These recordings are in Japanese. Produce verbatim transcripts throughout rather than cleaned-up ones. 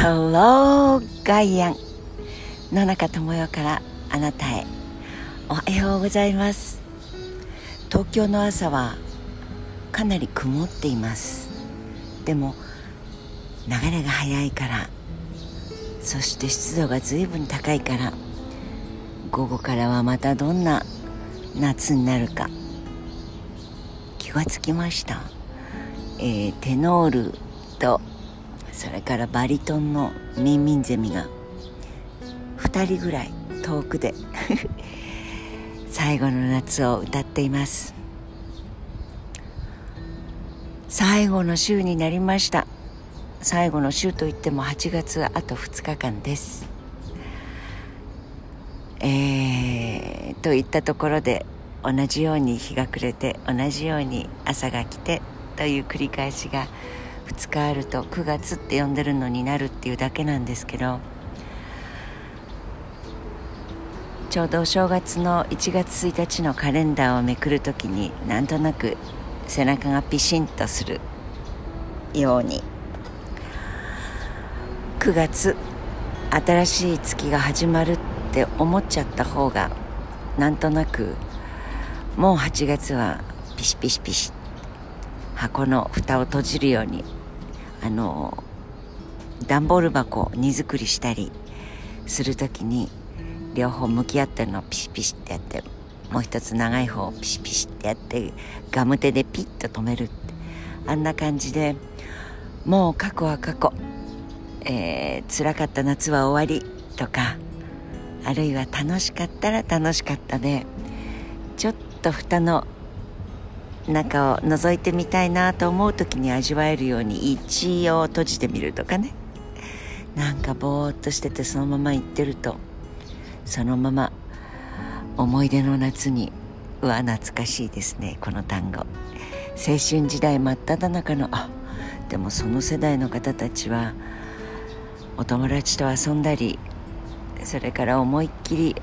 Hello ガイアン、野中智代からあなたへ。おはようございます。東京の朝はかなり曇っています。でも流れが速いから、そして湿度がずいぶん高いから、午後からはまたどんな夏になるか気がつきました。えー、テノールとそれからバリトンのミンミンゼミがふたりぐらい遠くで最後の夏を歌っています。最後の週になりました。最後の週といってもはちがつはあとふつかかんです。えー、といったところで、同じように日が暮れて同じように朝が来てという繰り返しがふつかあるとくがつって呼んでるのになるっていうだけなんですけど、ちょうどお正月のいちがつついたちのカレンダーをめくるときに、なんとなく背中がピシンとするように、くがつ新しい月が始まるって思っちゃった方が、なんとなくもうはちがつはピシピシピシ箱の蓋を閉じるように、あの段ボール箱を荷造りしたりするときに、両方向き合ってるのをピシピシってやって、もう一つ長い方をピシピシってやって、ガム手でピッと止めるって、あんな感じで、もう過去は過去、えー、辛かった夏は終わりとか、あるいは楽しかったら楽しかったで、ちょっと蓋の中を覗いてみたいなと思う時に味わえるように一応閉じてみるとかね。なんかぼーっとしててそのまま行ってると、そのまま思い出の夏に、うわ懐かしいですね、この単語。青春時代真っ只中の、あでもその世代の方たちはお友達と遊んだり、それから思いっきり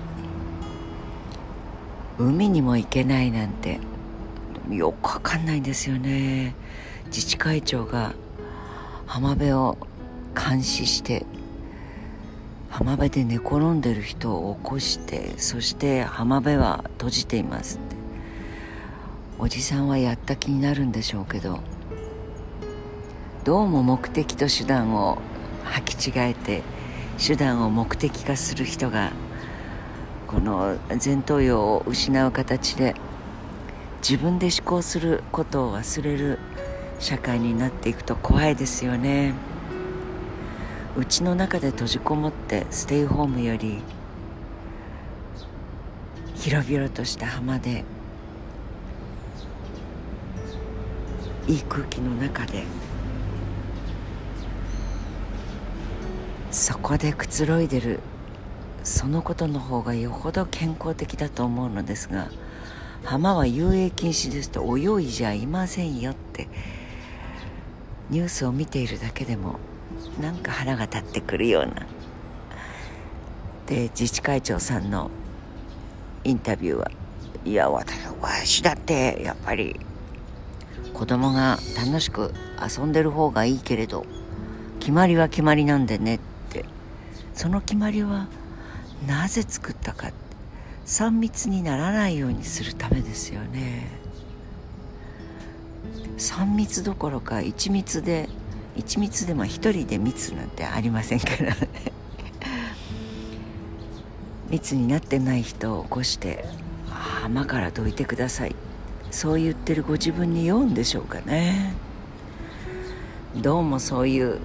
海にも行けないなんてよくわかんないんですよね。自治会長が浜辺を監視して、浜辺で寝転んでる人を起こして、そして浜辺は閉じていますって。おじさんはやった気になるんでしょうけど、どうも目的と手段を履き違えて、手段を目的化する人がこの前頭葉を失う形で、自分で思考することを忘れる社会になっていくと怖いですよね。うちの中で閉じこもってステイホームより、広々とした浜でいい空気の中で、そこでくつろいでる、そのことの方がよほど健康的だと思うのですが、浜は遊泳禁止ですと、泳いじゃいませんよってニュースを見ているだけでもなんか腹が立ってくるような。で自治会長さんのインタビューは、いや私だってやっぱり子供が楽しく遊んでる方がいいけれど、決まりは決まりなんでねって。その決まりはなぜ作ったかって、さん密にならないようにするためですよね。さん密どころかいち密で、いち密でもひとりで密なんてありませんからね密になってない人を起こして、浜からどいてください、そう言ってるご自分に酔うんでしょうかね。どうもそういう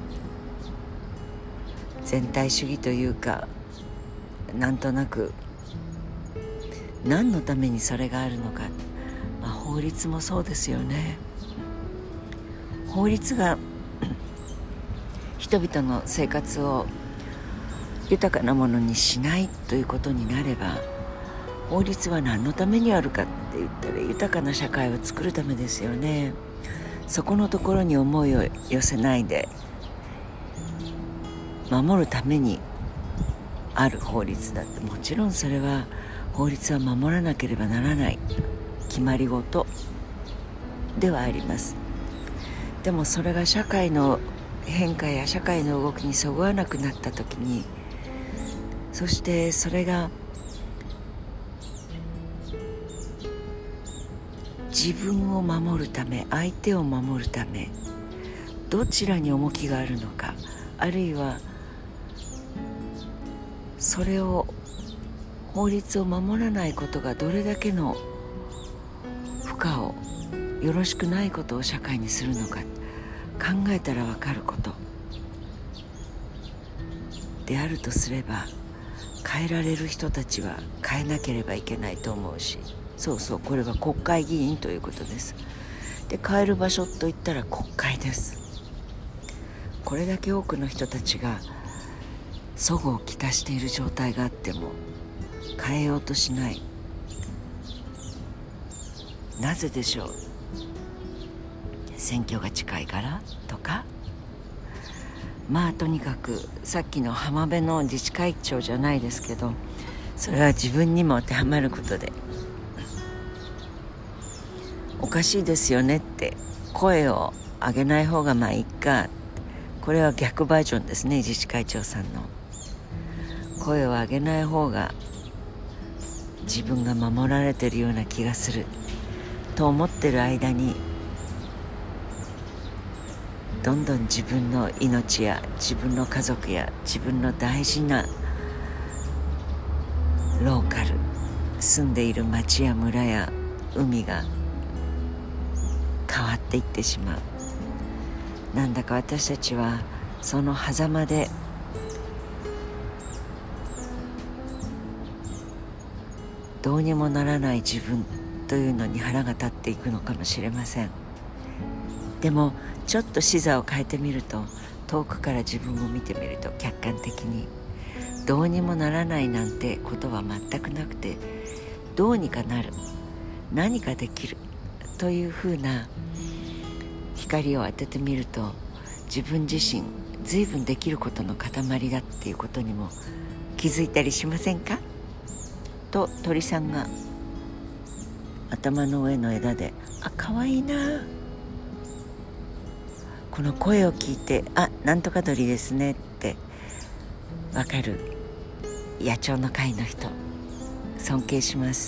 全体主義というか、なんとなく何のためにそれがあるのか、まあ、法律もそうですよね。法律が人々の生活を豊かなものにしないということになれば、法律は何のためにあるかって言ったら、豊かな社会を作るためですよね。そこのところに思いを寄せないで、守るためにある法律だって、もちろんそれは法律は守らなければならない決まり事ではあります。でもそれが社会の変化や社会の動きにそぐわなくなった時に、そしてそれが自分を守るため、相手を守るため、どちらに重きがあるのか、あるいはそれを法律を守らないことがどれだけの負荷を、よろしくないことを社会にするのか考えたら分かることであるとすれば、変えられる人たちは変えなければいけないと思うし、そうそう、これは国会議員ということです。で、変える場所といったら国会です。これだけ多くの人たちが齟齬をきたしている状態があっても変えようとしない。なぜでしょう。選挙が近いからとか、まあとにかくさっきの浜辺の自治会長じゃないですけど、それは自分にも当てはまることで、おかしいですよねって声を上げない方がまあいいか、これは逆バージョンですね。自治会長さんの声を上げない方が自分が守られているような気がすると思ってる間に、どんどん自分の命や自分の家族や自分の大事なローカル、住んでいる町や村や海が変わっていってしまう。なんだか私たちはその狭間でどうにもならない自分というのに腹が立っていくのかもしれません。でもちょっと視座を変えてみると、遠くから自分を見てみると、客観的にどうにもならないなんてことは全くなくて、どうにかなる、何かできるというふうな光を当ててみると、自分自身随分できることの塊だっていうことにも気づいたりしませんかと、鳥さんが頭の上の枝で、あ、かわいいな、この声を聞いて、あ、なんとか鳥ですねってわかる野鳥の会の人、尊敬します。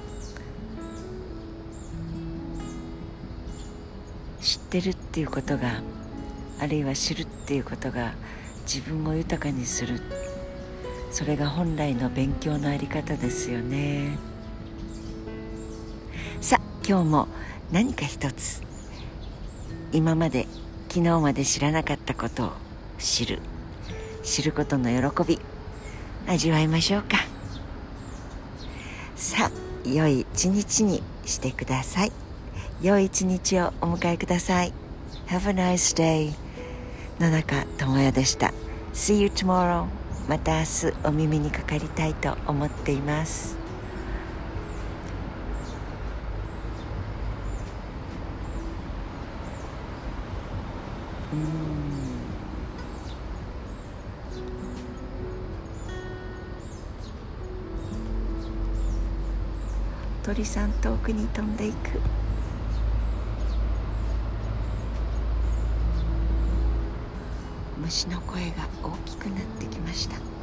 知ってるっていうことが、あるいは知るっていうことが自分を豊かにする、それが本来の勉強のあり方ですよね。さあ、今日も何か一つ、今まで昨日まで知らなかったことを知る知ることの喜び、味わいましょうか。さあ、良い一日にしてください。良い一日をお迎えください。 Have a nice day。 野中智也でした。 See you tomorrow。 また明日お耳にかかりたいと思っています。うーん鳥さん遠くに飛んでいく。虫の声が大きくなってきました。